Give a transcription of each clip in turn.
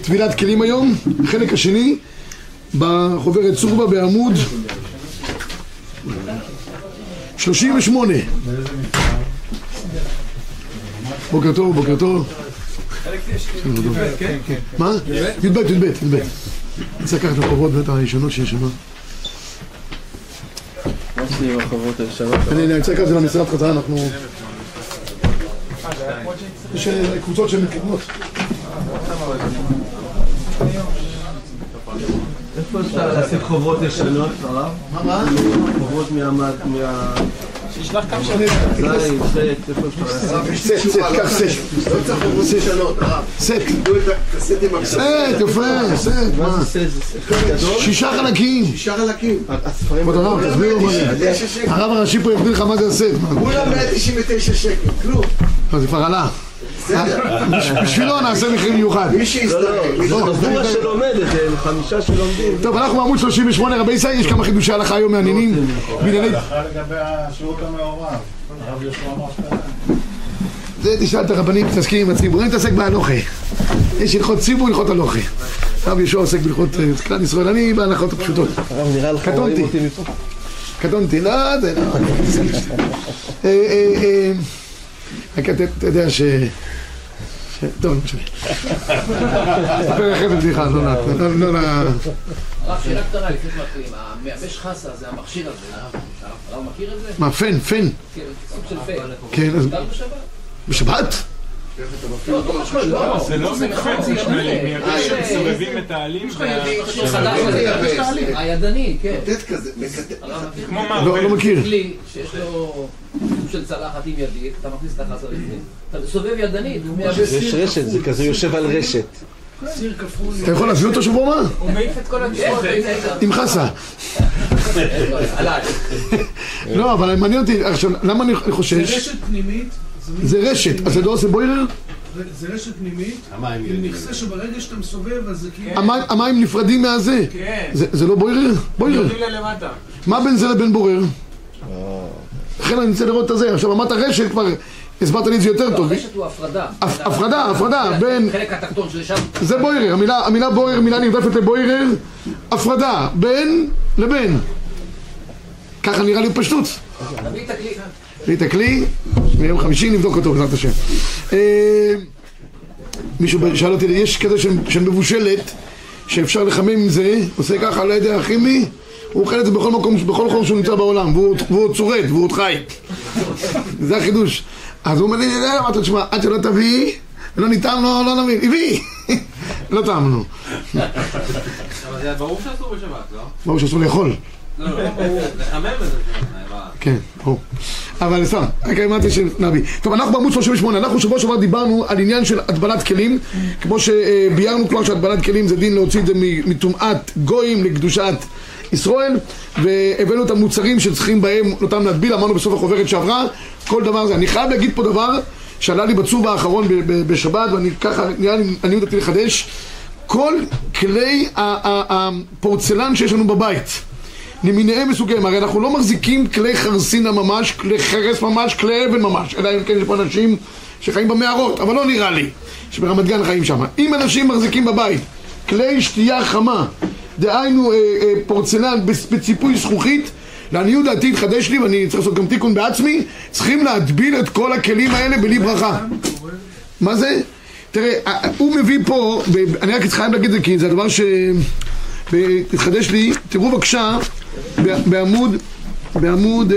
טבילת כלים היום, החלק השני בחוברת סורבה בעמוד 38. בוקר טוב, בוקר טוב. מה? י"ב. נצא לקחת את החוברות ואת הישנות שיש שם. מה עושים עם החוברות הישנות? אני נצא לקחת את זה למשרד חזרה, אנחנו... יש קבוצות שהן מתקדמות. איפה אפשר להשיג חוברות ישנות, הרב? מה? חוברות שישלח כמה שנים. זין, סט, איפה אפשר להשיג? סט, קח סט. לא צריך חוברות ישנות, הרב. סט. תדעו את הקסטים הגדולים. סט, יפה, סט. מה זה סט? זה סט גדול? 6 חלקים. 6 חלקים. הספרים עוד הרב, תסבירו מה זה. הרב הראשי פה יסביר לך מה זה הסט. כולם 199 שקל, כלום. זה כבר עלה. בשבילו נעשה מחיר מיוחד. מי שיסתכל. זה חבורה שלומדת, 5 שלומדים. טוב, אנחנו בעמוד 38, רבי ישראל, יש כמה חידושי הלכה היום מעניינים בענייני... לגבי השירות המעורב, הרב יהושע אמר זה תשאל את הרבנים, מתעסקים עם הציבור, אני מתעסק בהלוכה. יש הלכות ציבור, הלכות הלוכה. הרב יהושע עוסק בהלכות כלל ישראל, אני בהלכות הפשוטות. הרב, נראה לך רואים אותי מפה. קטונתי, לא, זה לא... רק אתה יודע ש... טוב, לא משנה. ספר אחרי בבדיחה, לא נעת. רק שאלה קטנה, לפני שמתחילים, המייבש חסה זה המכשיר הזה, הרב מכיר את זה? מה, פן? כן, סוג של פן. כן, אז... בשבת? בשבת? זה לא מקפץ, יש מייבש שמסובבים את העלים מכשיר חדש הזה, הידני, כן. תת כזה, כמו לא מכיר. כלי שיש לו סוג של צלחת עם ידית, אתה מכניס את החסה לפני, אתה סובב ידנית, הוא מייבש סיר יש רשת, זה כזה יושב על רשת. סיר כפול. אתה יכול להביא אותו שבוע מה? הוא מעיף את כל הגשרות. עם חסה. עליי. לא, אבל מעניין אותי, עכשיו, למה אני זה חושש? רשת פנימית. זה רשת, אז זה לא עושה בוירר? זה רשת פנימית. עם נכסה שברגע שאתה מסובב, אז זה כאילו... המים נפרדים מהזה. כן. זה לא בוירר? בוירר. יורדים ללמטה. מה בין זה לבין בורר? לכן אני רוצה לראות את זה. עכשיו, אמרת רשת כבר, הסברת לי את זה יותר טוב. הרשת הוא הפרדה. הפרדה בין... חלק התחתון של שם. זה בוירר, המילה בוירר, מילה נרדפת לבוירר, הפרדה, בין לבין. ככה נראה לי פשטות. תביא את הכלי. תביא את הכלי, ביום חמישי נבדוק אותו בעזרת השם. מישהו שאל אותי, יש כזה של מבושלת, שאפשר לחמם עם זה, עושה ככה על הידי הכימי, הוא אוכל את זה בכל מקום, בכל חום שהוא נמצא בעולם, והוא צורד, והוא עוד חי. זה החידוש. אז הוא אומר לי, אמרת, תשמע, עד שלא תביא, ולא ניתן, לא נבין, הביא. לא טעמנו. אבל זה ברור שאסור בשבת, לא? ברור שאסור לאכול. לא, לחמם את זה. כן, ברור. אבל סתם, רק אמרתי שנביא. טוב, אנחנו בעמוד 38, אנחנו שבוע שעבר דיברנו על עניין של הטבלת כלים, כמו שביארנו כבר שהטבלת כלים זה דין להוציא את זה מטומאת גויים לקדושת ישראל, והבאנו את המוצרים שצריכים בהם אותם להטביל, אמרנו בסוף החוברת שעברה, כל דבר זה. אני חייב להגיד פה דבר שעלה לי בצוב האחרון בשבת, ואני ככה, נראה לי, אני יודעתי לחדש, כל כלי הפורצלן שיש לנו בבית, למיניהם מסוגיהם, הרי אנחנו לא מחזיקים כלי חרסינה ממש, כלי חרס ממש, כלי אבן ממש, אלא אם כן יש פה אנשים שחיים במערות, אבל לא נראה לי שברמת גן חיים שם. אם אנשים מחזיקים בבית כלי שתייה חמה, דהיינו פורצלן בציפוי זכוכית, לעניות דעתי התחדש לי, ואני צריך לעשות גם תיקון בעצמי, צריכים להטביל את כל הכלים האלה בלי ברכה. מה זה? תראה, הוא מביא פה, אני רק חייב להגיד את זה כי זה הדבר התחדש לי, תראו בבקשה בעמוד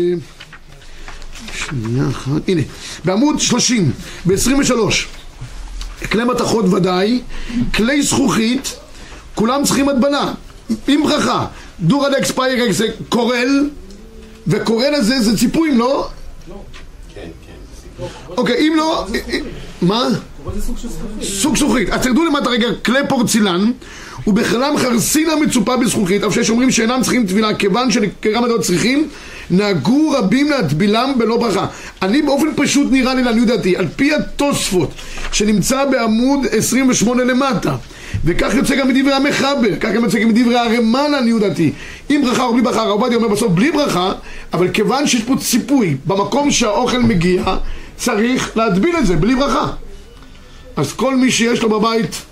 שנייה אחת, הנה, בעמוד 30 ב-23 כלי מתכות ודאי, כלי זכוכית, כולם צריכים הטבלה עם ברכה. דורלקס, פיירקס זה קורל, וקורל הזה זה ציפויים, לא? כן. אוקיי, אם לא, מה? סוג זכוכית. אז תרדו למטה רגע, כלי פורצלן ובכללם חרסינה מצופה בזכוכית, אף שיש אומרים שאינם צריכים טבילה, כיוון שכרם הדעות צריכים, נהגו רבים להטבילם בלא ברכה. אני באופן פשוט נראה לי, לעניות דעתי, על פי התוספות שנמצא בעמוד 28 למטה, וכך יוצא גם מדברי המחבר, כך גם יוצא גם מדברי הרמ"א, לעניות דעתי, עם ברכה או בלי ברכה. הרב עובדיה אומר בסוף בלי ברכה, אבל כיוון שיש פה ציפוי במקום שהאוכל מגיע, צריך להטביל את זה בלי ברכה. אז כל מי שיש לו בבית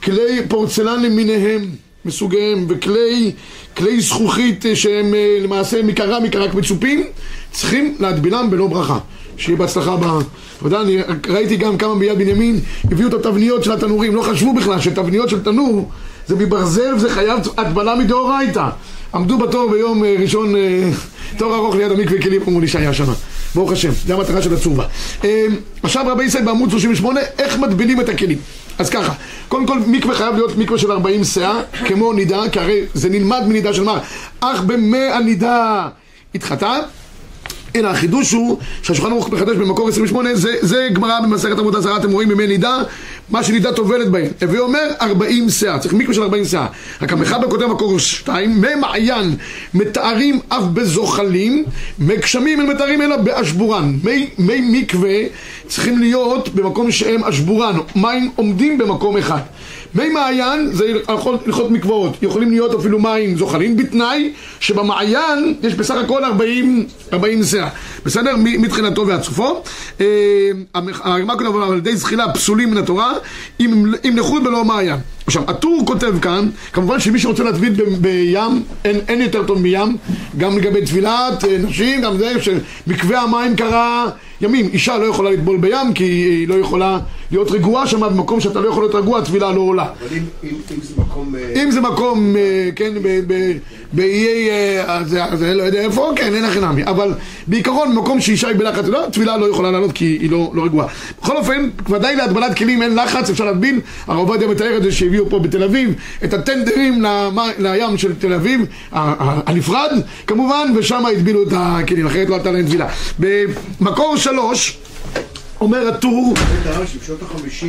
כלי פורצלן למיניהם, מסוגיהם, וכלי זכוכית שהם למעשה מקרק מצופים, צריכים להטבילם בלא ברכה. שיהיה בהצלחה בעבודה. אני ראיתי גם כמה ביד בנימין הביאו את התבניות של התנורים, לא חשבו בכלל שתבניות של תנור זה מברזל וזה חייב הטבלה מדאורייתא. עמדו בתור ביום ראשון, תור ארוך ליד המקווה כלים, אמרו לי שהיה שמה. ברוך השם, זה המטרה של הצורבה. עכשיו רבי ישראל בעמוד 38, איך מטבילים את הכלים? אז ככה, קודם כל מקווה חייב להיות מקווה של 40 שאה, כמו נידה, כי הרי זה נלמד מנידה של מה? אך במאה הנידה התחתה. אלא החידוש הוא שהשולחן ערוך מחדש במקור 28, זה גמרא במסכת עבודה זרה, אתם רואים ממי נידה, מה שנידה טובלת בהם. הווי אומר 40 שאה, צריך מקווה של 40 שאה. רק המחבר כותב מקור 2, מי מעיין מתארים אף בזוחלים, מי גשמים אין מתארים אלא באשבורן. מי מקווה צריכים להיות במקום שהם אשבורן, מים עומדים במקום אחד. מי מעיין זה הלכות מקוואות, יכולים להיות אפילו מים זוחלים, בתנאי שבמעיין יש בסך הכל 40 שאה. בסדר? מתחילתו ועד סופו. הרמ"א כותב על ידי זחילה פסולים מן התורה, אם לחוד בלא מעיין. עכשיו, הטור כותב כאן, כמובן שמי שרוצה להטביל בים, אין יותר טוב מים, גם לגבי טבילת נשים, גם זה שמקווה המים קרה ימים. אישה לא יכולה לטבול בים, כי היא לא יכולה להיות רגועה שם, במקום שאתה לא יכול להיות רגוע, הטבילה לא עולה. אבל אם זה מקום... אם זה מקום, כן, באיי, זה לא יודע איפה, כן, אין הכי נמי. אבל בעיקרון, במקום שאישה היא בלחץ, טבילה לא יכולה לעלות כי היא לא רגועה. בכל אופן, ודאי להטבלת כלים אין לחץ, אפשר להטביל. הרב עובדיה מתאר את זה שהביאו פה בתל אביב, את הטנדרים לים של תל אביב, הנפרד, כמובן, ושם הטבילו את הכלים, אחרת לא עלתה להם טבילה. במקור 3, אומר הטור... בשנות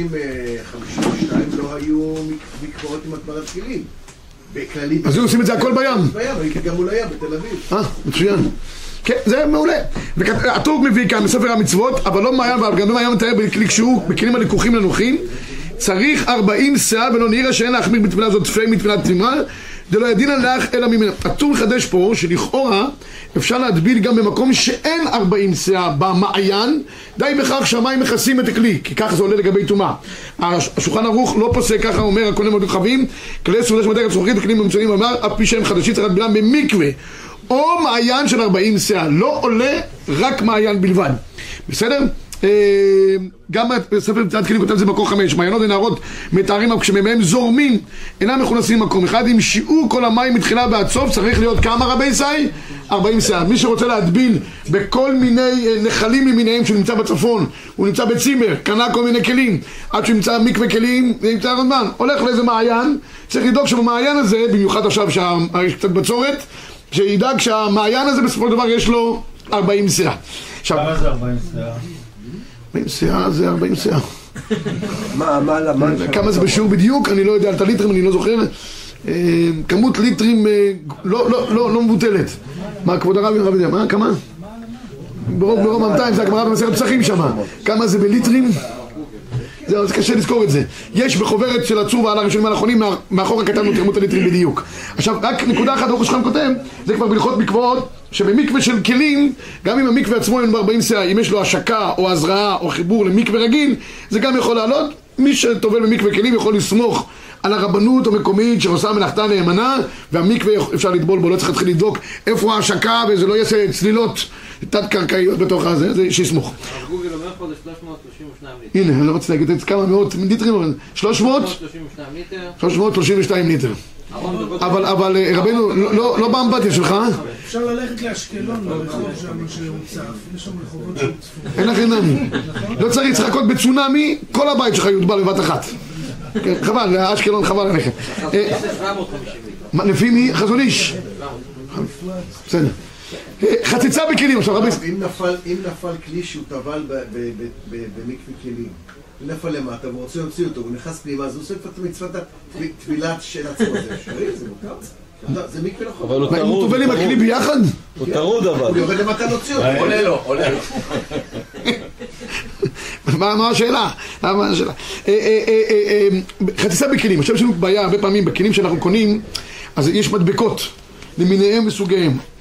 ה-52 לא היו מקוואות עם הטבלת כלים. בכללי... אז היו עושים את זה הכל בים. הייתי גם מול הים בתל אביב. מצוין. כן, זה מעולה. הטור מביא כאן בספר המצוות, אבל לא מעיין, אבל גם לא מעיין מתאר בכלים הלקוחים לנוחים. צריך 40 שאה ולא נראה שאין להחמיר בתפילה זאת תפי מתפילת תימרה, דלא ידין לך אלא ממנה. הטור מחדש פה שלכאורה אפשר להטביל גם במקום שאין 40 שאה במעיין, די בכך שהמים מכסים את הכלי, כי ככה זה עולה לגבי טומאה. השולחן ערוך לא פוסק ככה, אומר הכהנים המורחבים, כלי סעודה שמדרך זכוכית וכלים מצוינים, אמר אף פי שהם חדשים צריך להטבילם במקווה או מעיין של 40 שאה, לא עולה רק מעיין בלבד. בסדר? גם בספר מצוות כלים כותב את זה במקור 5, מעיינות ונהרות מתארים אף כשמהם זורמים אינם מכונסים מקום אחד, עם שיעור כל המים מתחילה ועד סוף צריך להיות כמה רבי ישראל? 40 שאה. מי שרוצה להטביל בכל מיני נחלים למיניהם שנמצא בצפון, הוא נמצא בצימר, קנה כל מיני כלים, עד שנמצא מקווה כלים, נמצא רזמן, הולך לאיזה מעיין, צריך לדאוג שבמעיין הזה, במיוחד עכשיו שיש קצת בצורת, שידאג שהמעיין הזה בסופו של דבר יש לו 40 שאה. כמה זה 40 שאה? 40 שאה זה 40 שאה. מה? כמה זה בשיעור בדיוק? אני לא יודע, את הליטרים אני לא זוכר. כמות ליטרים לא מבוטלת. מה, כבוד הרב יודע? מה? כמה? ברוב 200, זה הגמרא במסכת פסחים שמה. כמה זה בליטרים? זהו, זה קשה לזכור את זה. יש בחוברת של הצורבה על הראשונים האחרונים, מאחורה כתבנו כמות הליטרים בדיוק. עכשיו, רק נקודה אחת, אורך שלכם כותב, זה כבר בהלכות מקוואות, שבמקווה של כלים, גם אם המקווה עצמו אין ב-40 שאה, אם יש לו השקה או הזרעה או חיבור למקווה רגיל, זה גם יכול לעלות. מי שטובל במקווה כלים יכול לסמוך על הרבנות המקומית שעושה מלאכתה נאמנה, והמקווה אפשר לטבול בו, לא צריך להתחיל לבדוק איפה ההשקה, וזה לא יעשה צלילות תת-קרקעיות בתוך הזה, זה שיסמוך. גוגל אומר פה זה 332 ליטר. הנה, אני לא רוצה להגיד את כמה מאות ליטרים, אבל 332 ליטר. אבל רבינו, לא באמבטיה שלך? אפשר ללכת לאשקלון, לרחוב שם שהוצף, יש שם רחובות שהוצפו. אין לכם נמי. לא צריך לחכות בצונמי, כל הבית שלך יוטבל בבת אחת. חבל, אשקלון חבל עליכם. 750 ליטר. לפי מי? חזון איש. בסדר. חציצה בכלים, עכשיו רבי... אם נפל כלי שהוא טבל במקווה כלים, הוא נפל למטה והוא רוצה להוציא אותו, הוא נכנס פנימה, אז הוא עושה את מצוות הטבילת של עצמו, זה אפשרי? זה מותר? זה מקווה נכון. אבל הוא טרוד. הוא טובל עם הכלי ביחד? הוא טרוד אבל. הוא יורד למטה להוציא אותו. עולה לו. מה השאלה? חציצה בכלים, עכשיו יש לנו בעיה הרבה פעמים בכלים שאנחנו קונים, אז יש מדבקות למיניהם וסוגיהם.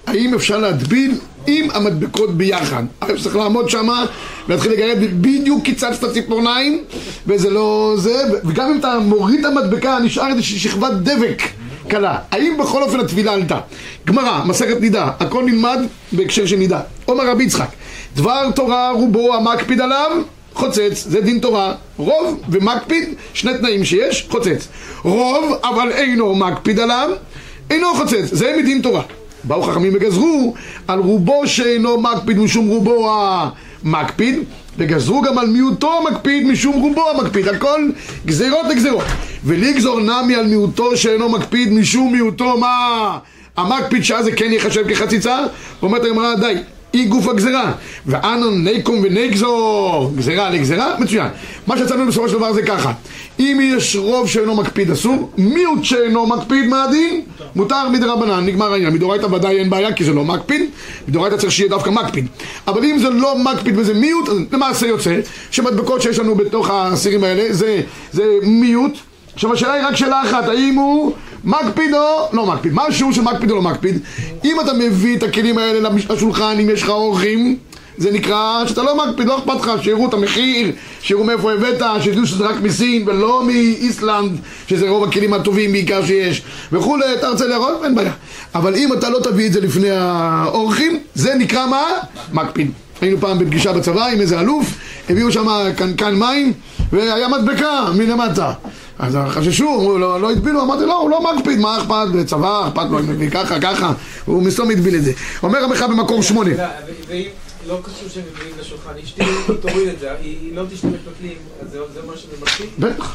האם אפשר להטביל עם המדבקות ביחד? צריך לעמוד שם ולהתחיל לגרד בדיוק קיצץ את הציפורניים, וזה לא זה, וגם אם אתה מוריד את המדבקה נשאר איזושהי שכבת דבק קלה. האם בכל אופן התפילה עלתה? גמרא, מסכת נידה, הכל נלמד בהקשר של נידה. אומר רבי יצחק, דבר תורה רובו המקפיד עליו חוצץ, זה דין תורה. רוב ומקפיד, שני תנאים שיש, חוצץ. רוב אבל אינו מקפיד עליו, אינו חוצץ, זה מדין תורה. באו חכמים וגזרו על רובו שאינו מקפיד משום רובו המקפיד, וגזרו גם על מיעוטו המקפיד משום רובו המקפיד. הכל גזירות לגזירות. ולגזור נמי על מיעוטו שאינו מקפיד משום מיעוטו מה המקפיד, שאז זה כן יחשב כחציצה. אומרת הגמרא, די, אי גוף הגזירה, ואנו נקום ונגזור גזירה לגזירה. מצוין. מה שצריך בסופו של דבר זה ככה, אם יש רוב שאינו מקפיד אסור, מיעוט שאינו מקפיד מה הדין? מותר מדרבנן, נגמר העניין. מדאורייתא ודאי אין בעיה כי זה לא מקפיד, מדאורייתא צריך שיהיה דווקא מקפיד. אבל אם זה לא מקפיד וזה מיעוט, אז למעשה יוצא שמדבקות שיש לנו בתוך הסירים האלה זה מיעוט. עכשיו השאלה היא רק שאלה אחת, האם הוא מקפיד או לא מקפיד? מה השיעור של מקפיד או לא מקפיד? אם אתה מביא את הכלים האלה לשולחן, אם יש לך אורחים, זה נקרא שאתה לא מקפיד, לא אכפת לך, שיראו את המחיר, שיראו מאיפה הבאת, שידעו שזה רק מסין ולא מאיסלנד, שזה רוב הכלים הטובים בעיקר שיש וכולי, אתה רוצה להראות? אין בעיה. אבל אם אתה לא תביא את זה לפני האורחים, זה נקרא מה? מקפיד. היינו פעם בפגישה בצבא עם איזה אלוף, הביאו שם קנקן מים והיה מדבקה מלמטה. אז חששו, לא התבילו, אמרתי לא, הוא לא מקפיד, מה אכפת בצבא, אכפת לו, ככה, הוא מסתום התביל את זה. אומר המחאה במקום 8. ואם לא קשור שהם מביאים לשולחן, אשתי תוריד את זה, היא לא תשתמש בכלים, אז זה מה שמקפיד? בטח.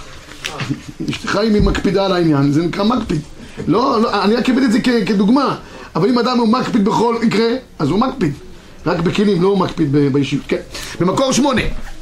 אשתך אם היא מקפידה על העניין, זה נקרא מקפיד. לא, אני רק אביא את זה כדוגמה, אבל אם אדם הוא מקפיד בכל יקרה, אז הוא מקפיד. רק בכלים, לא הוא מקפיד באישיות, כן. במקור 8.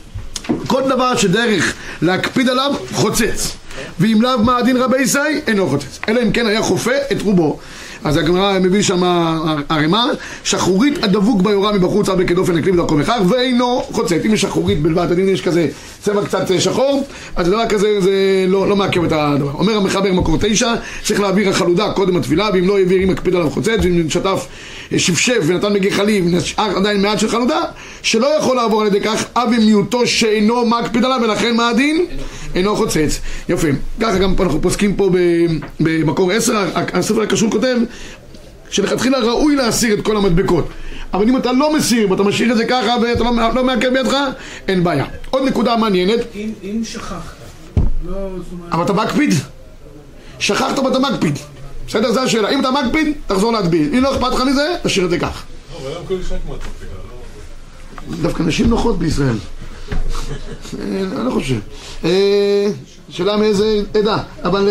כל דבר שדרך להקפיד עליו חוצץ, ואם לאו מה הדין רבי ישי אינו חוצץ, אלא אם כן היה חופה את רובו. אז הגמרא מביא שם הרמ"א, שחורית הדבוק ביורה מבחוץ עד כדופן הכלי בדרכו מכך ואינו חוצץ. אם יש שחורית בלבד, הדין יש כזה צבע קצת שחור, אז דבר כזה זה לא מעכב את הדבר. אומר המחבר מקור 9, צריך להעביר החלודה קודם התפילה, ואם לא העביר, אם מקפיד עליו חוצץ, ואם שטף שפשף ונתן מגחלים ונשאר עדיין מעט של חלודה, שלא יכול לעבור על ידי כך אבי מיעוטו שאינו מקפיד עליו, ולכן מה הדין? אינו חוצץ. יפה. ככה גם אנחנו פוסקים פה במקור 10, הספר הקשור כותב שלכתחילה ראוי להסיר את כל המדבקות, אבל אם אתה לא מסיר ואתה משאיר את זה ככה ואתה לא מעכב בידך, אין בעיה. עוד נקודה מעניינת, אם שכחת, אבל אתה מקפיד? שכחת ואתה מקפיד, בסדר? זו השאלה. אם אתה מקפיד, תחזור להטביל. אם לא אכפת לך מזה, תשאיר את זה כך. אבל למה כל אישה כמו התפילה? דווקא נשים נוחות בישראל. אני לא חושב. שאלה מאיזה עדה, אבל...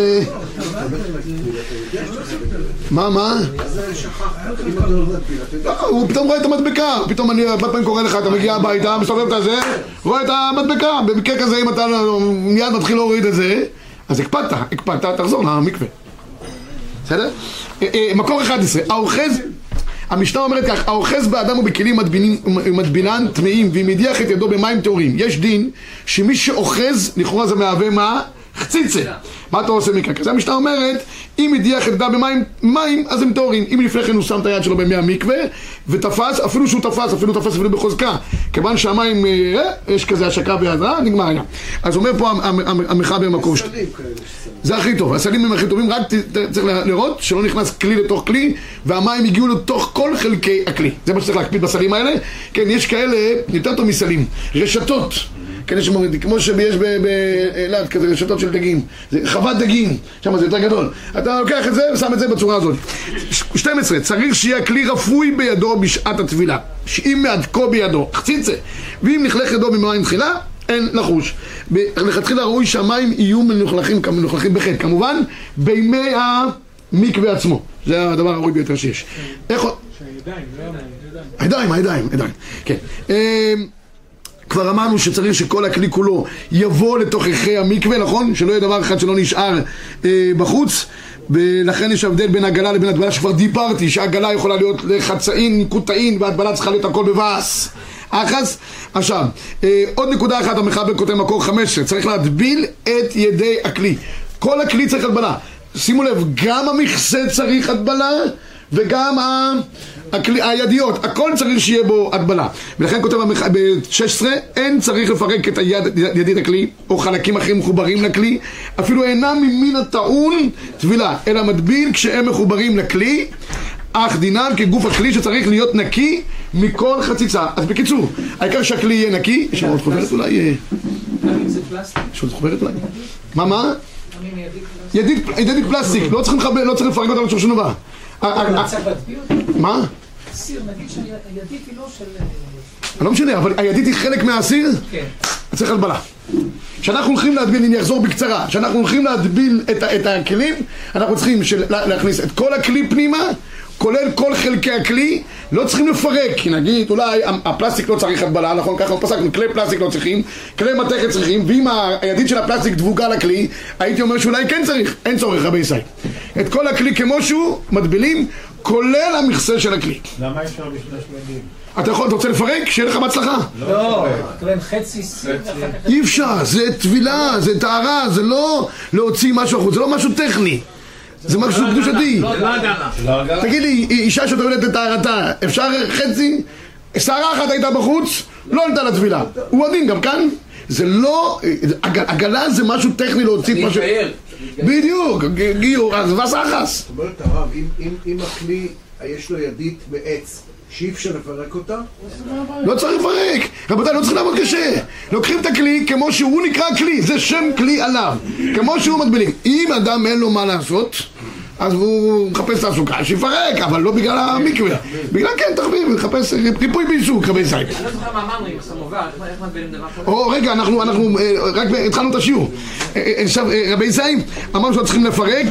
מה? הוא פתאום רואה את המדבקה, פתאום אני הרבה פעמים קורא לך, אתה מגיע הביתה, מסתובב את הזה, רואה את המדבקה. במקרה כזה, אם אתה מיד מתחיל להוריד את זה, אז הקפדת, תחזור למקווה. בסדר? מקור 11, האוחז, המשנה אומרת כך, האוחז באדם ובכלים מדבינן טמאים, ואם הדיח את ידו במים טהורים. יש דין שמי שאוחז, לכאורה זה מהווה מה? חציצה. מה אתה עושה מכאן? כזה המשנה אומרת, אם הדיח את ידה במים, אז הם טהורים. אם לפני כן הוא שם את היד שלו במי המקווה ותפס, אפילו שהוא תפס, אפילו בחוזקה, כיוון שהמים, יש כזה השקה ביד, נגמר העניין. אז אומר פה המחאה במקור שלו, זה הכי טוב, הסלים הם הכי טובים, רק צריך לראות שלא נכנס כלי לתוך כלי והמים הגיעו לתוך כל חלקי הכלי. זה מה שצריך להקפיד בסלים האלה. כן, יש כאלה יותר טוב מסלים, רשתות, כן, יש כמו שיש באילת, כזה רשתות של דגים, זה חוות דגים, שם זה יותר גדול. אתה לוקח את זה ושם את זה בצורה הזאת. 12, צריך שיהיה כלי רפוי בידו בשעת התפילה, שאם מעדקו בידו חציצה, ואם נכלך ידו במים תחילה, אין לחוש. לכתחילה ראוי שהמים יהיו מנוחלכים בחטא, כמובן בימי המקווה עצמו. זה הדבר הראוי ביותר שיש. הידיים, כן. כבר אמרנו שצריך שכל הכלי כולו יבוא לתוך אחרי המקווה, נכון? שלא יהיה דבר אחד שלא נשאר בחוץ, ולכן יש הבדל בין הגלה לבין הדבלה, שכבר דיברתי שהגלה יכולה להיות לחצאין, קוטעין, והדבלה צריכה להיות הכל בבאס אחס. עכשיו, עוד נקודה אחת, המחבר כותב מקור 15, צריך להטביל את ידי הכלי. כל הכלי צריך הדבלה. שימו לב, גם המכסה צריך הדבלה וגם הידיות, הכל צריך שיהיה בו הטבלה. ולכן כותב ב-16, אין צריך לפרק את ידית הכלי או חלקים אחרים מחוברים לכלי, אפילו אינם ממין הטעון טבילה, אלא מטביל כשהם מחוברים לכלי, אך דינם כגוף הכלי שצריך להיות נקי מכל חציצה. אז בקיצור, העיקר שהכלי יהיה נקי. יש עוד חוברת אולי? יש עוד חוברת אולי? מה? ידית פלסטיק, לא צריך לפרק אותה לשום שום דבר. מה? סיר, נגיד שהידית היא לא של... לא משנה, אבל הידית היא חלק מהסיר? כן. צריך הלבלה. כשאנחנו הולכים להדביל, אני אחזור בקצרה, כשאנחנו הולכים להדביל את הכלים, אנחנו צריכים להכניס את כל הכלי פנימה, כולל כל חלקי הכלי, לא צריכים לפרק, כי נגיד, אולי הפלסטיק לא צריך הטבלה, נכון? ככה פסקנו, כלי פלסטיק לא צריכים, כלי מתכת צריכים, ואם הידית של הפלסטיק דבוקה לכלי, הייתי אומר שאולי כן צריך, אין צורך רבי ישראל. את כל הכלי כמו שהוא, מדבילים, כולל המכסה של הכלי. למה אפשר בשני שלבים? אתה רוצה לפרק? שיהיה לך בהצלחה. לא, תראה, חצי סיר. אי אפשר, זה טבילה, זה טהרה, זה לא להוציא משהו החוץ, זה לא משהו טכני. זה משהו קדושתי. תגיד לי, אישה שטובלת את טהרתה, אפשר חצי? שערה אחת הייתה בחוץ, לא עלתה לטבילה. הוא עדין גם כאן. זה לא, עגלה זה משהו טכני להוציא משהו. בדיוק, גיור, אז וסחס. זאת אומרת הרב, אם הכלי יש לו ידית מעץ שאי אפשר לפרק אותה? לא צריך לפרק, רבותיי, לא צריך לעבוד קשה. לוקחים את הכלי כמו שהוא נקרא כלי, זה שם כלי עליו, כמו שהוא מטבילים. אם אדם אין לו מה לעשות, אז הוא מחפש תעסוקה, שיפרק, אבל לא בגלל המקווה. בגלל כן, תחביב, מחפש ריפוי בעיסוק, רבי ישראל. אני לא זוכר מה אמרנו, אם עושה מובע, איך מטבילים דבר כזה? רגע, אנחנו רק התחלנו את השיעור. עכשיו, רבי ישראל, אמרנו שצריכים לפרק,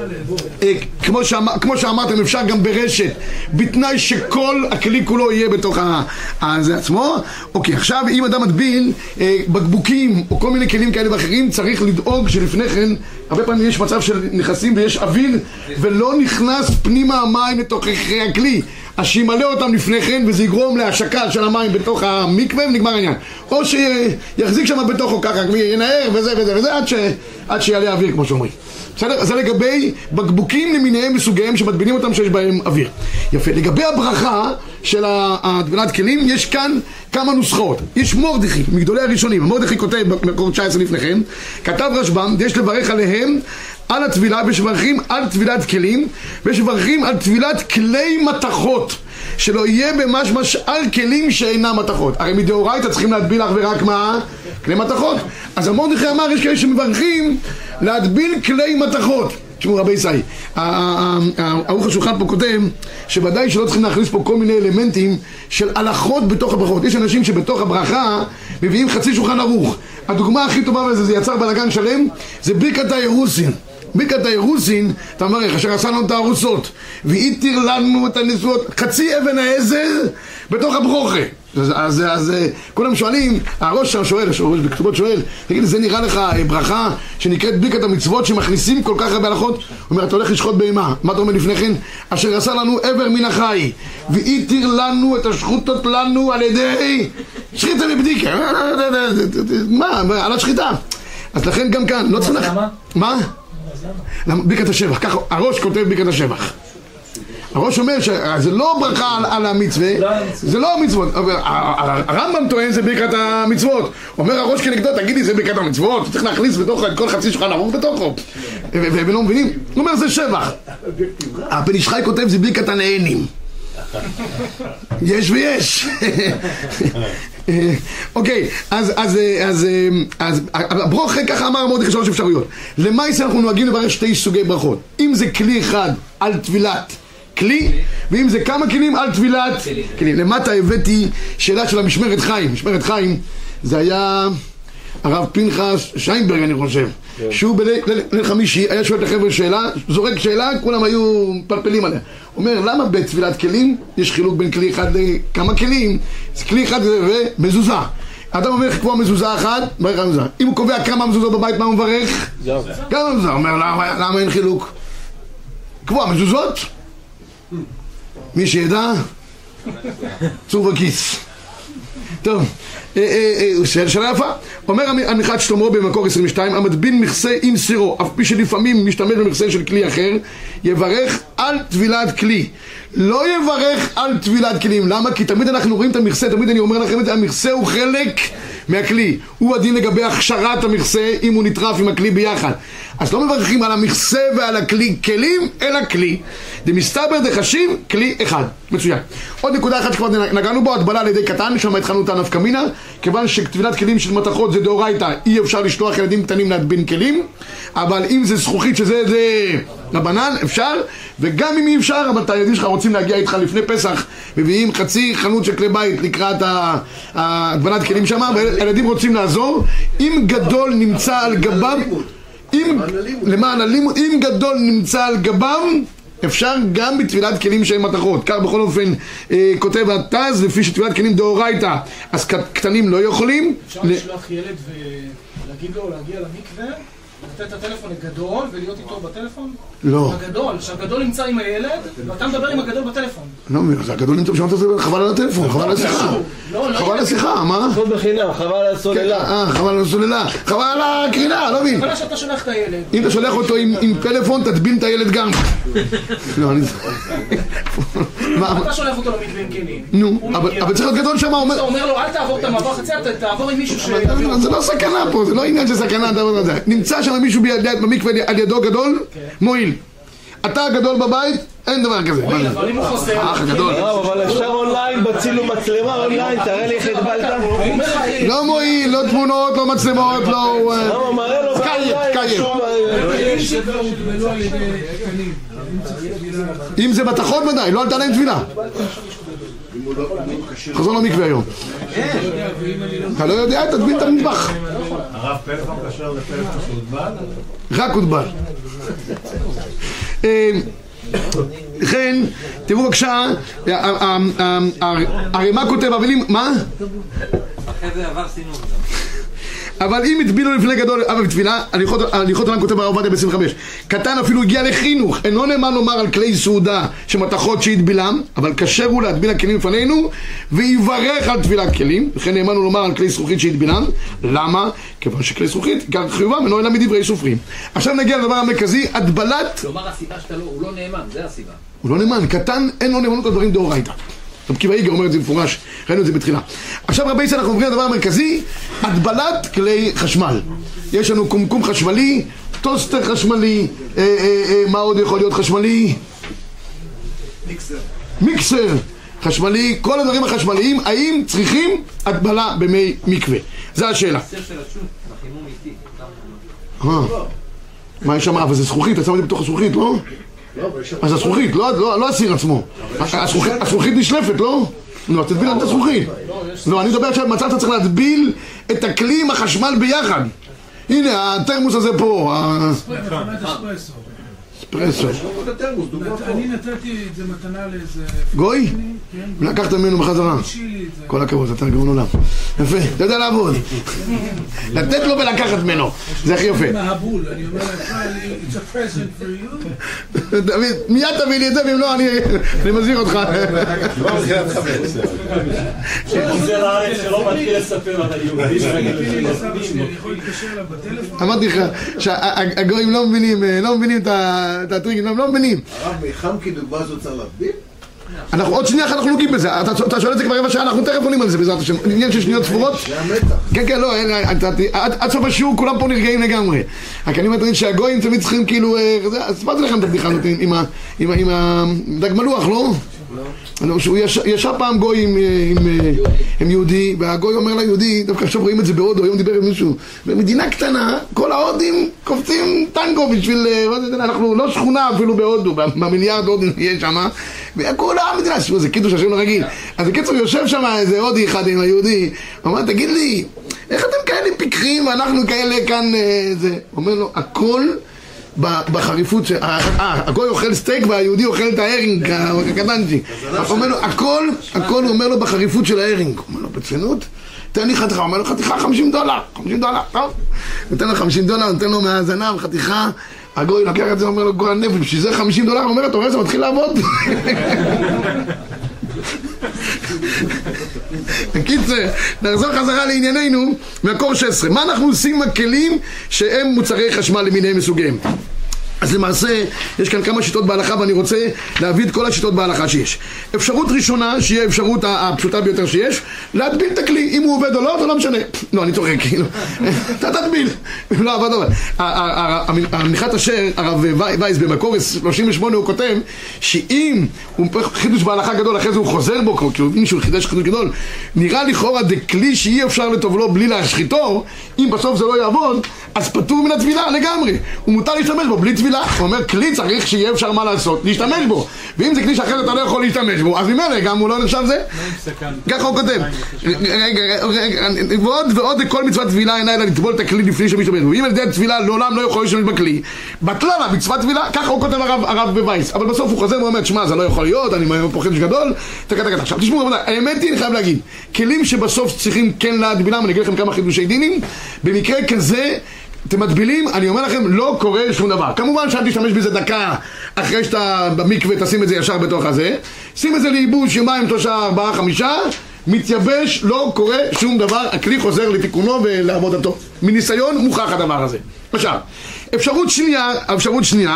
כמו שאמרתם, אפשר גם ברשת, בתנאי שכל הכלי כולו יהיה בתוך זה עצמו. אוקיי, עכשיו, אם אדם מטביל בקבוקים או כל מיני כלים כאלה ואחרים, צריך לדאוג שלפני כן, הרבה פעמים יש מצב של נכנסים ויש אוויר ולא נכנס פנימה המים לתוככי הכלי, אז שימלא אותם לפני כן וזה יגרום להשקה של המים בתוך המקווה ונגמר העניין, או שיחזיק שם בתוכו ככה, ינער וזה וזה וזה עד שיעלה אוויר כמו שאומרים. בסדר? זה לגבי בקבוקים למיניהם וסוגיהם שמטבילים אותם שיש בהם אוויר. יפה. לגבי הברכה של הטבילת כלים, יש כאן כמה נוסחאות. יש מורדכי, מגדולי הראשונים. מורדכי כותב במקור 19 לפניכם, כתב רשב"ם, יש לברך עליהם על הטבילה, ויש מברכים על טבילת כלים, ויש מברכים על טבילת כלי מתכות, שלא יהיה במשמש על כלים שאינם מתכות. הרי מדאורייתא צריכים להטביל אך ורק מה? כלי מתכות. אז מרדכי אמר, יש כאלה שמברכים להטביל כלי מתכות. תשמעו רבי ישראל, ערוך השולחן פה כותב שוודאי שלא צריכים להכניס פה כל מיני אלמנטים של הלכות בתוך הברכות. יש אנשים שבתוך הברכה מביאים חצי שולחן ערוך. הדוגמה הכי טובה לזה, זה יצר בלגן שלם, זה ברכת האירוסין. ברכת האירוסין, אתה מברך, אשר עשה לנו את הארוסות והתיר לנו את הנשואות, חצי אבן העזר בתוך הברוכה. אז כולם שואלים, הראש שם שואל, הראש בכתובות שואל, תגיד, זה נראה לך ברכה שנקראת ברכת המצוות שמכניסים כל כך הרבה הלכות? הוא אומר, אתה הולך לשחוט בהמה, מה אתה אומר לפני כן? אשר עשה לנו עבר מן החי והתיר לנו את השחוטות לנו על ידי שחיטה מבדיקה. מה? על השחיטה. אז לכן גם כאן, לא צריך... מה? ברכת השבח, ככה הראש כותב ברכת השבח. הראש אומר שזה לא ברכה על המצווה, זה לא המצוות. הרמב"ם טוען זה ברכת המצוות. אומר הראש כנגדו, תגידי זה ברכת המצוות, צריך להכניס בתוך כל חצי שולחן ערוך בתוכו, ולא מבינים. הוא אומר זה שבח. הבן איש חי כותב זה ברכת הנהנים. יש ויש. אוקיי, אז הברוכה, ככה אמר מרדכי, שלוש אפשרויות. למעשה אנחנו נוהגים לברך שתי סוגי ברכות. אם זה כלי אחד על טבילת כלי, ואם זה כמה כלים על טבילת כלי. למטה הבאתי שאלה של המשמרת חיים. משמרת חיים זה היה הרב פנחס שיינברג, אני חושב, שהוא בליל חמישי היה שואל את החבר'ה שאלה, זורק שאלה, כולם היו פלפלים עליה. אומר, למה בטבילת כלים יש חילוק בין כלי אחד לכמה כלים? זה כלי אחד ומזוזה. האדם אומר לקבוע מזוזה אחת, מברך על מזוזה. אם הוא קובע כמה מזוזות בבית, מה הוא מברך? גם מזוזה. אומר, למה אין חילוק? קבוע מזוזות? מי שידע, צור בכיס. טוב, שאלה יפה. אומר המנחת שלמה במקור 22, המטבין מכסה עם סירו, אף פי שלפעמים משתמש במכסה של כלי אחר, יברך על טבילת כלי. לא יברך על טבילת כלים. למה? כי תמיד אנחנו רואים את המכסה, תמיד אני אומר לכם את זה, המכסה הוא חלק מהכלי. הוא הדין לגבי הכשרת המכסה אם הוא נטרף עם הכלי ביחד. אז לא מברכים על המכסה ועל הכלי כלים, אלא כלי. דמסתבר דחשיב כלי אחד. מצוין. עוד נקודה אחת שכבר נגענו בו, הטבלה על ידי קטן, שם התחלנו את הנפקא מינה, כיוון שטבילת כלים של מתכות זה דאורייתא, אי אפשר לשלוח ילדים קטנים להטבין כלים, אבל אם זה זכוכית שזה רבנן, אפשר, וגם אם אי אפשר, אבל את הילדים שלך רוצים להגיע איתך לפני פסח, מביאים חצי חנות של כלי בית לקראת הטבילת כלים שם, והילדים רוצים לעזור, אם גדול נמצא על גבם, למען הלימוד, אם גדול נמצא על גבם, אפשר גם בטבילת כלים שהם מתכות. כך בכל אופן כותב התז, לפי שטבילת כלים דאורייתא, אז קטנים לא יכולים. אפשר לשלוח ילד ולהגיד לו להגיע למקווה, לתת את הטלפון לגדול ולהיות איתו בטלפון? לא. הגדול, שהגדול נמצא עם הילד ואתה מדבר עם הגדול בטלפון. לא, זה הגדול נמצא בשביל זה, חבל על הטלפון, חבל על השיחה. חבל על השיחה, מה? הכל בחינם, חבל על הסוללה. חבל על הסוללה, חבל על הקרינה, לא מבין. חבל שאתה שולח את הילד. אם אתה שולח אותו עם פלאפון, תטבין את הילד גם. לא, אני... אתה שולח אותו למקווה עם כלים. נו, אבל צריך להיות גדול שם, אתה אומר לו, אל תעבור את המעבר חצי, תעבור עם מישהו ש... זה לא סכנה פה, זה לא עניין של סכנה, נמצא שם מישהו במקווה על ידו גדול, מועיל. אתה גדול בבית, אין דבר כזה. מועיל, אבל אם הוא חוסר... גדול. אבל אפשר אונליין, בצילום מצלמה אונליין, תראה לי איך התבלת. לא מועיל, לא תמונות, לא מצלמות, לא... למה, מראה לו קיים. אם זה בתחות ודאי, לא עלתה להם תבילה. חזור למקווה היום. אתה לא יודע, תטבין את המטבח. הרב פלאפון קשר לפלאפון שהודבד? רק הודבד. לכן, תראו בבקשה, הרי מה כותב, אבל אם, מה? אחרי זה עבר סינון. אבל אם הטבילו לפני גדול, אבל בתפילה, הליכות עולם כותב הרב עובדיה ב-25, קטן אפילו הגיע לחינוך, אינו נאמן לומר על כלי סעודה שמתכות שהטבילם, אבל כשר הוא להטביל הכלים לפנינו ויברך על טבילת כלים, לכן נאמן הוא לומר על כלי זכוכית שהטבילם. למה? כיוון שכלי זכוכית עיקר חיובם אינו אלא מדברי סופרים. עכשיו נגיע לדבר המרכזי, הטבלת. כלומר הסיבה הוא לא נאמן, זה הסיבה. הוא לא נאמן, קטן אין לו נאמנות על דברים דאורייתא. רב עקיבא איגר אומר את זה מפורש, ראינו את זה בתחילה. עכשיו רבי ישראל, אנחנו עוברים לדבר המרכזי, הטבלת כלי חשמל. יש לנו קומקום חשמלי, טוסטר חשמלי, מה עוד יכול להיות חשמלי? מיקסר חשמלי, כל הדברים החשמליים, האם צריכים הטבלה במי מקווה? זה השאלה. מה יש שם? אבל זה זכוכית, אתה שם את זה בתוך הזכוכית, לא? אז הזכוכית, לא הסיר עצמו. הזכוכית נשלפת, לא? לא, תטביל את הזכוכית. לא, אני מדבר עכשיו, מצא אתה צריך להטביל את הכלי עם החשמל ביחד. הנה, התרמוס הזה פה. אספרסו. אני נתתי את זה מתנה לאיזה... גוי? לקחת ממנו בחזרה. כל הכבוד, אתה גאון עולם. יפה, אתה יודע לעבוד. לתת לו ולקחת ממנו. זה הכי יפה. מהבול, אני אומר לך, it's a present for you. דוד, מיד תביא לי את זה, ואם לא, אני מזהיר אותך. זה לארץ שלא מתחיל לספר על היהודי. אני יכול להתקשר אליו בטלפון. אמרתי לך שהגויים לא מבינים את הטריקים, הם לא מבינים. הרב, מחם כדוגמה זאת צריך להטביל? אנחנו עוד שנייה אחת אנחנו נוגעים בזה, אתה שואל את זה כבר רבע שעה, אנחנו תכף עונים על זה בעזרת השם, עניין של שניות ספורות. זה המתח. כן, כן, לא, עד סוף השיעור כולם פה נרגעים לגמרי. רק אני מטעין שהגויים תמיד צריכים כאילו, אז ספרתי לכם את הבדיחה הזאת עם הדג מלוח, לא? שהוא ישב פעם גוי עם יהודי, והגוי אומר ליהודי, דווקא עכשיו רואים את זה בהודו, היום דיבר עם מישהו, במדינה קטנה, כל ההודים קופצים טנגו בשביל, אנחנו לא שכונה אפילו בהודו, במיליארד הודים יש שם, וכולה המדינה, זה קידוש השם הרגיל. אז בקיצור יושב שם איזה הודי אחד עם היהודי, הוא אומר, תגיד לי, איך אתם כאלה פיקחים ואנחנו כאלה כאן, זה, אומר לו, הכל בחריפות, הגוי אוכל סטייק והיהודי אוכל את ההרינג הקטנצ'י. הוא אומר לו, הכל הוא אומר לו בחריפות של ההרינג. הוא אומר לו, בצנות? תן לי חתיכה, הוא אומר לו, חתיכה $50, טוב? נותן לו $50, נותן לו מהזנב חתיכה, הגוי לוקח את זה, אומר לו, גועל נפש, בשביל זה $50, הוא אומר, אתה רואה, זה מתחיל לעבוד. בקיצר, נחזור חזרה לענייננו, מקור 16. מה אנחנו עושים עם הכלים שהם מוצרי חשמל למיניהם מסוגיהם? אז למעשה, יש כאן כמה שיטות בהלכה, ואני רוצה להביא את כל השיטות בהלכה שיש. אפשרות ראשונה, שהיא האפשרות הפשוטה ביותר שיש, להטביל את הכלי. אם הוא עובד או לא, זה לא משנה. לא, אני צוחק, כאילו. אתה תטביל. לא עבד עובד. המנחת אשר, הרב וייס במקור 38, הוא כותב, שאם הוא חידוש בהלכה גדול, אחרי זה הוא חוזר בו, כאילו מישהו חידש חידוש גדול, נראה לכאורה דכלי שאי אפשר לטובלו בלי להשחיתו, אם בסוף זה לא יעבוד, אז פטור מן התבילה לגמרי. הוא מותר להשתמש בו בלי תבילה. הוא אומר, כלי צריך שיהיה אפשר מה לעשות, להשתמש בו. ואם זה כלי שאחרת אתה לא יכול להשתמש בו, אז ממילא גם הוא לא נחשב זה. ככה הוא כותב. ועוד כל מצוות תבילה אינה אלא לטבול את הכלי לפני שמשתמש בו. ואם על ידי התבילה לעולם לא יכול להשתמש בכלי, בטלה לה מצוות תבילה. ככה הוא כותב הרב בווייס. אבל בסוף הוא חוזר ואומר, שמע, זה לא יכול להיות, אני פוחד גדול. עכשיו תשמעו, האמת היא, אני חייב להגיד, כלים שבסוף צריכים כן להטבילם, אני אגיד לכם כמה חידושי דינים. במקרה כזה אתם מטבילים, אני אומר לכם, לא קורה שום דבר. כמובן שאל תשתמש בזה דקה אחרי שאתה במקווה, תשים את זה ישר בתוך הזה, שים את זה לאיבוד יומיים, 3, 4, 5, מתייבש, לא קורה שום דבר, הכלי חוזר לתיקונו ולעבודתו. מניסיון מוכח הדבר הזה. עכשיו, אפשרות שנייה,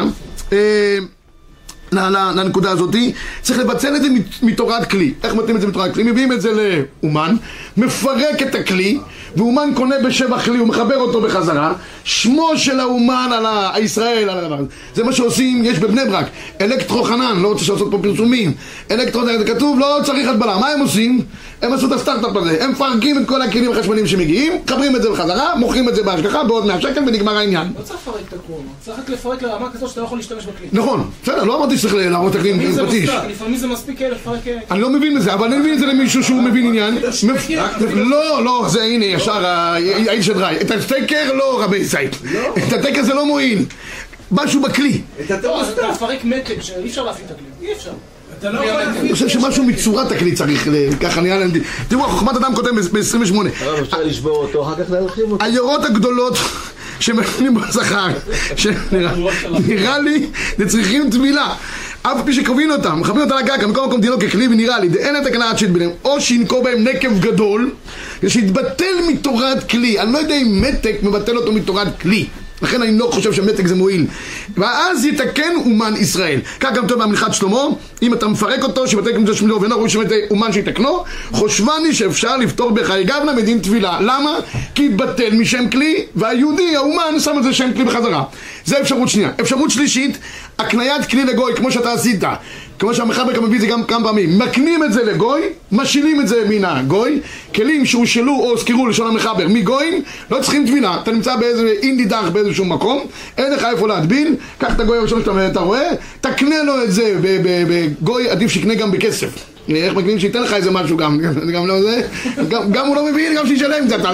לנקודה הזאת, צריך לבצל את זה מתורת כלי. איך מתאים את זה מתורת כלי? מביאים את זה לאומן, מפרק את הכלי, ואומן קונה בשבח כלי, הוא מחבר אותו בחזרה, שמו של האומן על הישראל, על הדבר הזה. זה מה שעושים, יש בבני ברק, אלקטרו חנן, לא רוצה לעשות פה פרסומים, אלקטרו, זה כתוב, לא צריך הדבלה. מה הם עושים? הם עשו את הסטארט-אפ הזה, הם מפרקים את כל הכלים החשמליים שמגיעים, מחברים את זה בחזרה, מוכרים את זה בהשגחה, בעוד 100 שקל ונגמר העניין. לא צריך לפרק את הקורונה, צריך רק לפרק לרמה כזאת שאתה לא יכול להשתמש בכלי. נכון, בסדר, לא אמרתי שצריך להראות את הכלים עם פטיש. לפעמים זה מספיק לפרק... אני לא מבין בזה, אבל אני מבין את זה למישהו שהוא מבין עניין. לא, זה הנה, ישר, האיש שדראי. את הסטקר לא רבי סייט. את הסטקר זה לא מועיל. משהו בכלי. אתה לפרק מתג שאי אפשר להפעיל את הכלי. אי אפשר. אני חושב שמשהו מצורת הכלי צריך, ככה נראה להם. תראו, חוכמת אדם כותב ב-28. אפשר לשבור אותו, אחר כך להרחיב אותו. היורות הגדולות שמכנים בזכר, שנראה לי, זה צריכים תבילה. אף פי שקובעים אותם, מכוונים אותם לקרקע, מכל מקום דינו ככלי, ונראה לי, אין את הקנאת שאת ביניהם, או שינקור בהם נקב גדול, שיתבטל מתורת כלי. אני לא יודע אם מתק מבטל אותו מתורת כלי. לכן אני לא חושב שמתק זה מועיל. ואז יתקן אומן ישראל. כך גם טוב במלכת שלמה, אם אתה מפרק אותו, שבתק מזה שמלו ואינו רואה שבט אומן שיתקנו, חושבני שאפשר לפתור בחיי גבנה מדין תבילה. למה? כי יתבטל משם כלי, והיהודי, האומן, שם את זה שם כלי בחזרה. זה אפשרות שנייה. אפשרות שלישית, הקניית כלי לגוי, כמו שאתה עשית. כמו שהמחבר מביא את זה גם כמה פעמים. מקנים את זה לגוי, משילים את זה מן הגוי. כלים שהושלו או הזכירו לשון המחבר מגויים, לא צריכים תבילה. אתה נמצא באיזה אינדי דח באיזשהו מקום, אין לך איפה להטביל, קח את הגוי הראשון שאתה רואה, תקנה לו את זה בגוי, עדיף שיקנה גם בכסף. איך מקנים שייתן לך איזה משהו גם לא זה, גם הוא לא מבין, גם שישלם קצת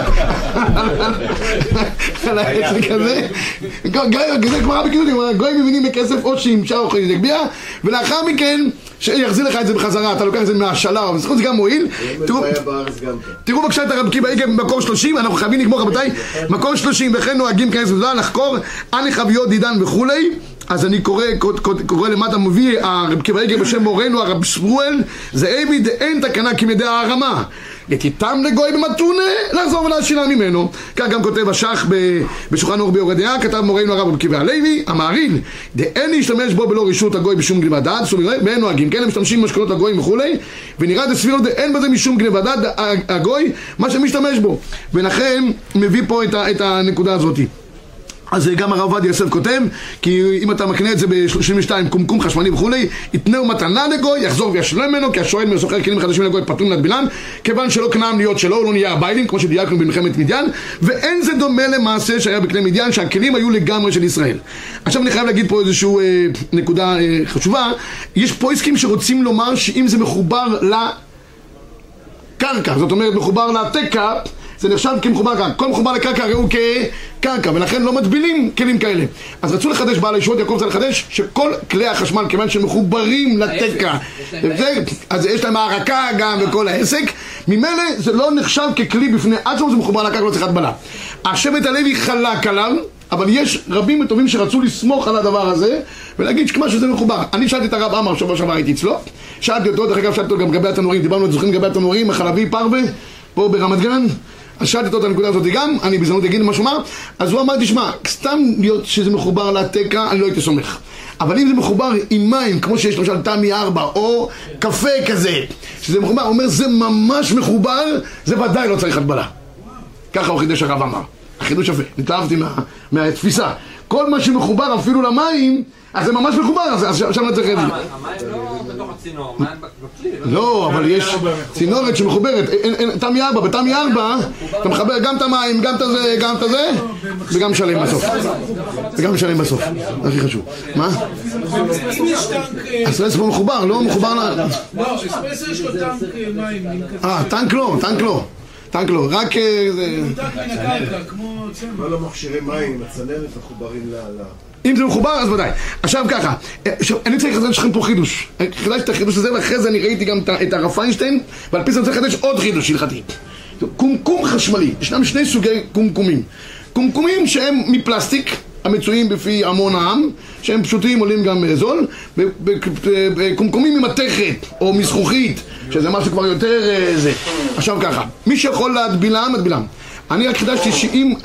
על העצק הזה. זה כבר בקידושים, גוי מבינים בכסף או שימשה או חייזק בייה, ולאחר מכן שיחזיר לך את זה בחזרה, אתה לוקח את זה מהשאלה, זה גם מועיל. תראו בבקשה את הרב קיבא איגר במקור 30, אנחנו חייבים לגמור רבותיי, מקור 30, וכן נוהגים כנס וזולה לחקור אני חביות דידן וכולי. אז אני קורא למטה מביא הרב קיבא איגר בשם מורנו הרב שמואל, זה אבי דאין תקנה כמדי הערמה לתיתם לגוי במתונה לחזור ולהשילה ממנו. כך גם כותב השח בשולחן אור ביורה דעה, כתב מורנו הרב קיבא הלוי המעריל דאין להשתמש בו בלא רשות הגוי בשום גניבת דעת, ואין נוהגים כן הם משתמשים במשקולות הגויים וכולי, ונראה דספירות דאין בזה משום גניבת דעת הגוי מה שמשתמש בו, ולכן מביא פה את הנקודה הזאת. אז גם הרב עובדיה יוסף כותב, כי אם אתה מקנה את זה ב-32 קומקום חשמלי וכולי, יתנהו מתנה לגוי, יחזור וישלם ממנו, כי השואל מסוחר כלים חדשים לגוי פטורים להטבילם, כיוון שלא קנאם להיות שלו, הוא לא נהיה הביילים, כמו שדייקנו במלחמת מדיין, ואין זה דומה למעשה שהיה בכלי מדיין, שהכלים היו לגמרי של ישראל. עכשיו אני חייב להגיד פה איזושהי נקודה חשובה, יש פה עסקים שרוצים לומר שאם זה מחובר לקרקע, זאת אומרת מחובר לתקע, זה נחשב כמחובר קרקע. כל מחובר לקרקע ראו כקרקע, ולכן לא מטבילים כלים כאלה. אז רצו לחדש, בעל הישועות יעקב צריך לחדש, שכל כלי החשמל, כיוון שמחוברים לתקע, אז יש להם הערקה גם וכל העסק, ממילא זה לא נחשב ככלי בפני עצמו, זה מחובר לקרקע, לא צריך הטבלה. השבט הלוי חלק עליו, אבל יש רבים וטובים שרצו לסמוך על הדבר הזה ולהגיד שכמה שזה מחובר. אני שאלתי את הרב עמר שבוע שעבר הייתי אצלו, שאלתי אותו, דרך אגב שאלתי אותו גם לגבי התנורים, דיברנו את זוכרים לגבי התנורים, החלבי פרווה, פה ברמת גן, אז שאלתי אותו את הנקודה הזאת גם, אני בזמנות אגיד מה שאומר, אז הוא אמר, תשמע, סתם להיות שזה מחובר לתקע, אני לא הייתי סומך. אבל אם זה מחובר עם מים, כמו שיש למשל תמי 4, או קפה כזה, שזה מחובר, הוא אומר, זה ממש מחובר, זה ודאי לא צריך הטבלה. ככה הוא חידש הרב אמר. החידוש יפה, התלהבתי מהתפיסה. כל מה שמחובר אפילו למים, אז זה ממש מחובר, אז שם לא צריך את זה. המים לא בתוך הצינור, המים בכלי. לא, אבל יש צינורת שמחוברת, תמי 4, בתמי 4 אתה מחבר גם את המים, גם את זה, גם את זה, וגם משלם בסוף. וגם משלם בסוף, זה הכי חשוב. מה? אם יש טנק... אספרסו מחובר, לא מחובר ל... לא, אספרסו יש לו טנק מים. טנק לא, טנק לא, רק... טנק מן הקרקע, כמו... כל המכשירי מים, הצנרת מחוברים אם זה מחובר, אז ודאי. עכשיו ככה, אני צריך לחדש לכם פה חידוש. חידשתי את החידוש הזה, ואחרי זה אני ראיתי גם את הרב פיינשטיין, ועל פי זה אני צריך לחדש עוד חידוש הלכתי. קומקום חשמלי, ישנם שני סוגי קומקומים. קומקומים שהם מפלסטיק, המצויים בפי המון העם, שהם פשוטים, עולים גם זול, וקומקומים ממתכת או מזכוכית, שזה משהו כבר יותר זה. עכשיו ככה, מי שיכול להדבילם, מדבילם. אני רק חידשתי שאם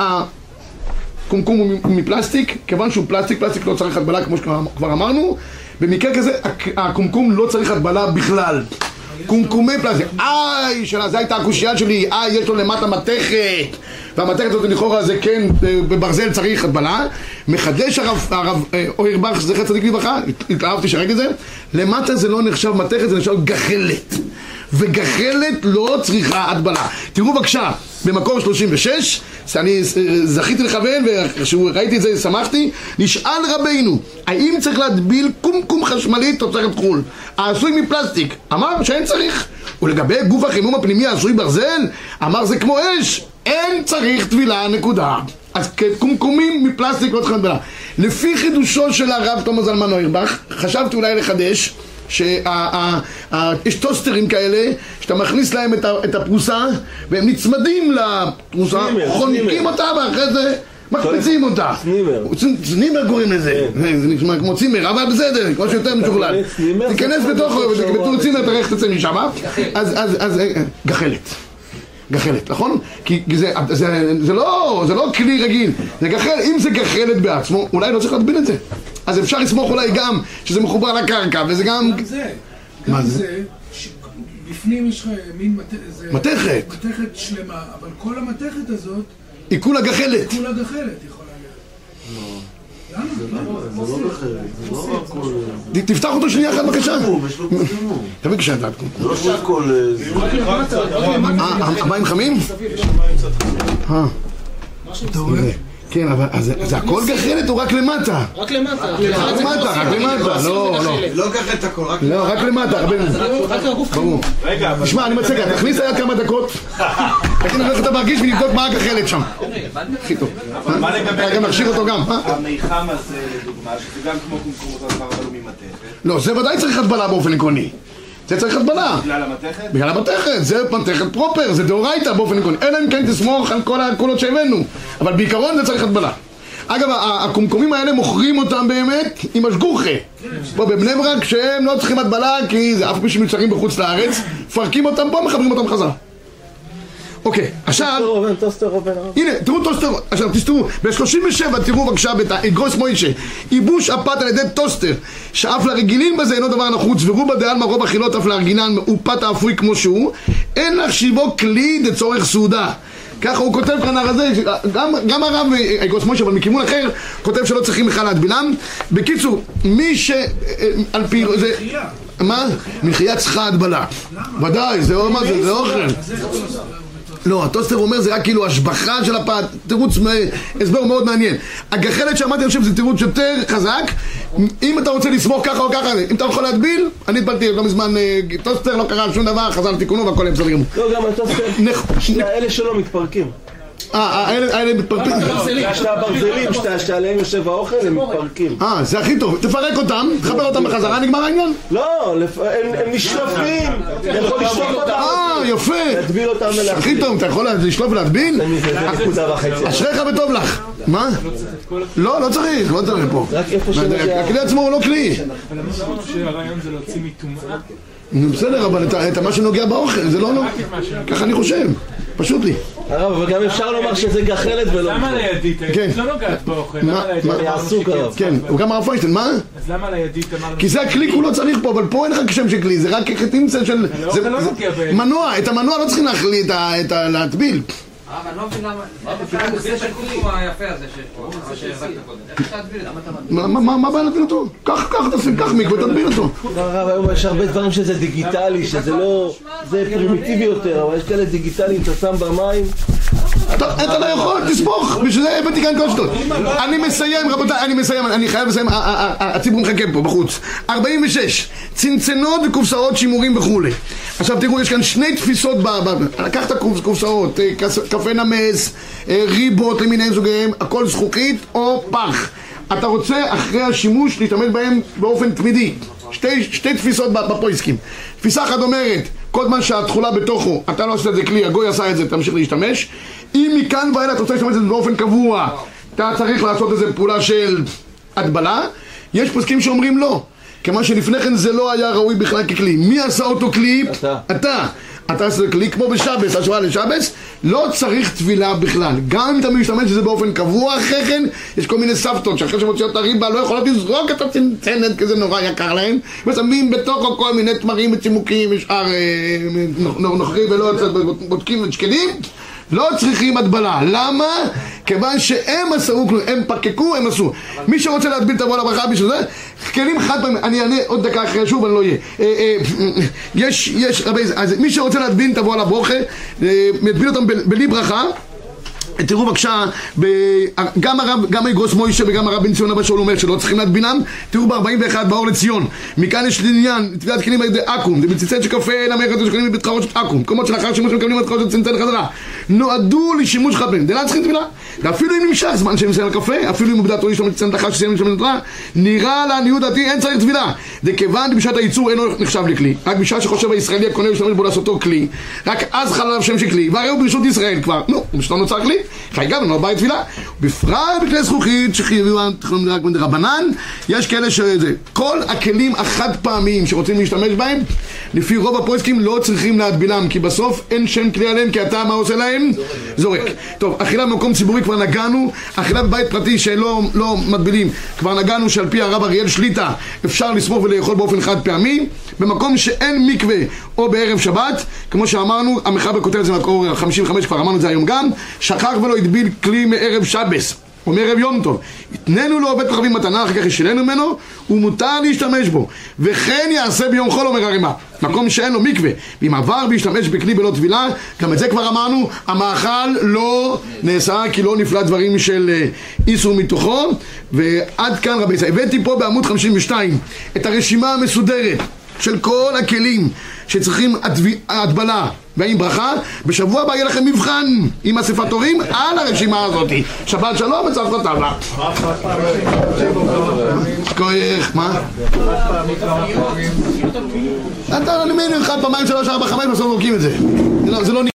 קומקום הוא מפלסטיק, כיוון שהוא פלסטיק, פלסטיק לא צריך הטבלה כמו שכבר אמרנו, במקרה כזה הקומקום לא צריך הטבלה בכלל. קומקומי פלסטיק, זה הייתה הקושייה שלי, יש לו למטה מתכת, והמתכת הזאת לכאורה זה כן, בברזל צריך הטבלה. מחדש הרב אוירבך, זכר צדיק לברכה, התאהבתי שראיתי את זה, למטה זה לא נחשב מתכת, זה נחשב גחלת. וגחלת לא צריכה הטבלה. תראו בבקשה, במקור 36, שאני זכיתי לכוון, וכשראיתי את זה שמחתי, נשאל רבינו, האם צריך להטביל קומקום חשמלי תוצרת חול, העשוי מפלסטיק? אמר שאין צריך. ולגבי גוף החימום הפנימי העשוי ברזל, אמר זה כמו אש, אין צריך טבילה, נקודה. אז קומקומים מפלסטיק לא צריכים הטבלה. לפי חידושו של הרב תומר זלמן אוירבך, חשבתי אולי לחדש שיש טוסטרים כאלה שאתה מכניס להם את הפרוסה והם נצמדים לפרוסה, חונקים אותה ואחרי זה מקפיצים אותה. סנימר קוראים לזה, זה נשמע כמו צימר, אבל בסדר, כמו שיותר משוכלל. תיכנס בתוכו ובתור צימר תראה איך תצא משם. אז גחלת, נכון? כי זה לא כלי רגיל, זה גחלת. אם זה גחלת בעצמו, אולי לא צריך להטביל את זה. אז אפשר לסמוך אולי גם שזה מחובר לקרקע, וזה גם... גם זה, בפנים יש מין מתכת שלמה, אבל כל המתכת הזאת... היא כולה גחלת. כולה גחלת יכולה להיות. למה? זה לא גחלת, זה לא הכל... תפתח אותו שנייה אחת בבקשה. תביא כשאתה... זה לא שהכל... המים חמים? כן, אבל זה הכל גחלת או רק למטה? רק למטה. רק למטה, לא גחלת הכל, רק למטה. לא, רק למטה, רק הגוף חימום. תשמע, אני מצגע, תכניס היד כמה דקות, תכין לך אתה מרגיש ונבדוק מה הגחלת שם. הכי טוב. גם נכשיר אותו גם. המיחם הזה, לדוגמה, שזה גם כמו קומקומות הדבר אבל הוא ממתכת. לא, זה ודאי צריך הטבלה באופן עקרוני. זה צריך הטבלה. בגלל המתכת? בגלל המתכת, זה מתכת פרופר, זה דאורייתא באופן עקרוני. אלא אם כן תסמוך על כל הקולות שהבאנו. אבל בעיקרון זה צריך הטבלה. אגב, הקומקומים האלה מוכרים אותם באמת עם השגוחה. פה בבני ברק שהם לא צריכים הטבלה כי זה אף פעם שמיוצרים בחוץ לארץ, פרקים אותם פה, מחברים אותם חזרה. אוקיי, עכשיו... הנה, תראו טוסטר, עכשיו תסתרו, ב-37 תראו בבקשה בגרוס מוישה, ייבוש הפת על ידי טוסטר, שאף לרגילים בזה אינו דבר נחוץ, ורובה דעלמא רוב אכילות אף לארגינן הוא פת האפוי כמו שהוא, אין להחשיבו כלי לצורך סעודה. ככה הוא כותב כאן הרזה, גם הרב גרוס מוישה, אבל מכיוון אחר, כותב שלא צריכים בכלל להטבילם. בקיצור, מי ש... על פי... מה? מחייה צריכה הטבלה. ודאי, זה אוכל. לא, הטוסטר אומר זה רק כאילו השבחה של הפת, תירוץ, הסבר מאוד מעניין. הגחלת שאמרתי, אני חושב שזה תירוץ יותר חזק. אם אתה רוצה לסמוך ככה או ככה, אם אתה יכול להטביל, אני התבלתי, לא מזמן טוסטר, לא קרה שום דבר, חזר לתיקונו והכל הם בסדר גמור. לא, גם הטוסטר, האלה שלו מתפרקים. האלה מתפרקים. כשאתה ברזלים, שעליהם יושב האוכל, הם מתפרקים. זה הכי טוב. תפרק אותם, תחבר אותם בחזרה, נגמר העניין? לא, הם נשלפים. אתה יכול לשלוף אותם. יפה. להטביל אותם ולהטביל. הכי טוב, אתה יכול לשלוף ולהטביל? אשריך וטוב לך. מה? לא, לא צריך פה. רק איפה שנוגע. הכלי עצמו הוא לא כלי. אבל אמרנו שהרעיון זה להוציא מטומאה. בסדר, אבל את מה שנוגע באוכל, זה לא נוגע. ככה אני חושב. פשוט לי. הרב, אבל גם אפשר לומר שזה גחלת ולא... למה לידית? הידית לא נוגעת באוכל. למה לידית? יעשו כרב. כן, הוא גם הרב פוינשטיין, מה? אז למה לידית אמרנו... כי זה הכלי כולו צריך פה, אבל פה אין לך שם של כלי, זה רק חטימצה של... מנוע, את המנוע לא צריכים להחליט, להטביל. אבל לא מבין למה... זה שיקום היפה הזה שיש פה, מה שהרזקת קודם. איך תטביל? למה אתה... מה בא להטביל אותו? קח מקווה, תטביל אותו. הרב, היום יש הרבה דברים שזה דיגיטלי, שזה לא... זה פרימיטיבי יותר, אבל יש כאלה דיגיטליים, אתה שם במים... אתה לא יכול, תספוך, בשביל זה הבאתי כאן קושטות. אני מסיים, רבותיי, אני חייב לסיים, הציבור מחכה פה בחוץ. 46, צנצנות וקופסאות שימורים וכולי. עכשיו תראו, יש כאן שני תפיסות, לקחת קופסאות, קפה נמס, ריבות למיניהם סוגיהם, הכל זכוכית או פח. אתה רוצה אחרי השימוש להשתמש בהם באופן תמידי. שתי תפיסות בפויסקים. תפיסה אחת אומרת, כל זמן שהתחולה בתוכו, אתה לא עושה את זה כלי, הגוי עשה את זה, תמשיך להשתמש. אם מכאן ואלה אתה רוצה להשתמש את זה באופן קבוע, אתה צריך לעשות איזו פעולה של הטבלה. יש פוסקים שאומרים לא, כיוון שלפני כן זה לא היה ראוי בכלל ככלי. מי עשה אותו כלי? אתה עושה כלי כמו בשבס, השוואה לשבס, לא צריך טבילה בכלל. גם אם אתה משתמש בזה באופן קבוע אחרי כן, יש כל מיני סבתות שאחרי שמוציאות את הריבה לא יכולות לזרוק את הצנצנת כי זה נורא יקר להם, ושמים בתוכו כל מיני תמרים וצימוקים ושאר נוכרים ולא בודקים ושקלים. לא צריכים הטבלה. למה? כיוון שהם עשו, הם פקקו, הם עשו. מי שרוצה להטביל תבוא לברכה בשביל זה, כלים חד פעמים, אני אענה עוד דקה אחרי שוב, אני לא אהיה. יש, רבי, אז מי שרוצה להטביל תבוא לברכה, מטביל אותם בלי ברכה. תראו בבקשה, גם היגרוס מוישה וגם הרב בן ציון אבא שאול אומר שלא צריכים להטבילם. תראו ב-41 באור לציון, מכאן יש לעניין טבילת כלים על ידי אקום, זה בצנצנת שקפה למערכת שקלים מבית חרוש את אקום, מקומות שלאחר שימוש מקבלים את חרוש את צנצנת חזרה, נועדו לשימוש חד פעמים. דלת צריכים טבילה, ואפילו אם נמשך זמן שהם מסיים הקפה, אפילו אם עובדת רואים שצנצנת אחת שסיים לשם נתרה, נראה לעניות דעתי אין צריך טבילה. דכיוון בשעת הייצור אינו נחשב לכלי, רק בשעה שחושב הישראלי הקונה להשתמש בו לעשותו כלי, רק אז חל עליו שם של כלי, והרי הוא ברשות ישראל כבר, בשביל נוצר כלי. חייגה לנו הבית תפילה, בפרט בכלי זכוכית שחייבו רק מדרבנן. יש כאלה שזה, כל הכלים החד פעמיים שרוצים להשתמש בהם, לפי רוב הפוסקים לא צריכים להטבילם, כי בסוף אין שם כלי עליהם, כי אתה מה עושה להם? זורק. טוב, אכילה במקום ציבורי כבר נגענו, אכילה בבית פרטי שלא מטבילים, כבר נגענו שעל פי הרב אריאל שליטה אפשר לסמוך ולאכול באופן חד פעמי. במקום שאין מקווה או בערב שבת, כמו שאמרנו, המחבר כותב את זה מקור 55, כבר אמרנו את זה היום גם, שכח ולא הטביל כלי מערב שבס או מערב יום טוב, התננו לו בית כוכבים מתנה, אחר כך ישילנו ממנו, ומותר להשתמש בו, וכן יעשה ביום חול, אומר הרימה, מקום שאין לו מקווה, ואם עבר בהשתמש בכלי בלא טבילה, גם את זה כבר אמרנו, המאכל לא נעשה כי לא נפלט דברים של איסור מתוכו. ועד כאן רבי ישראל, הבאתי פה בעמוד 52 את הרשימה המסודרת של כל הכלים שצריכים הטבלה ועם ברכה. בשבוע הבא יהיה לכם מבחן עם אספת הורים על הרשימה הזאת. שבת שלום וצפת טבלה. כוח, מה? אתה נמין אחד פעמיים 3, 4, 5 בסוף נורקים את זה. זה לא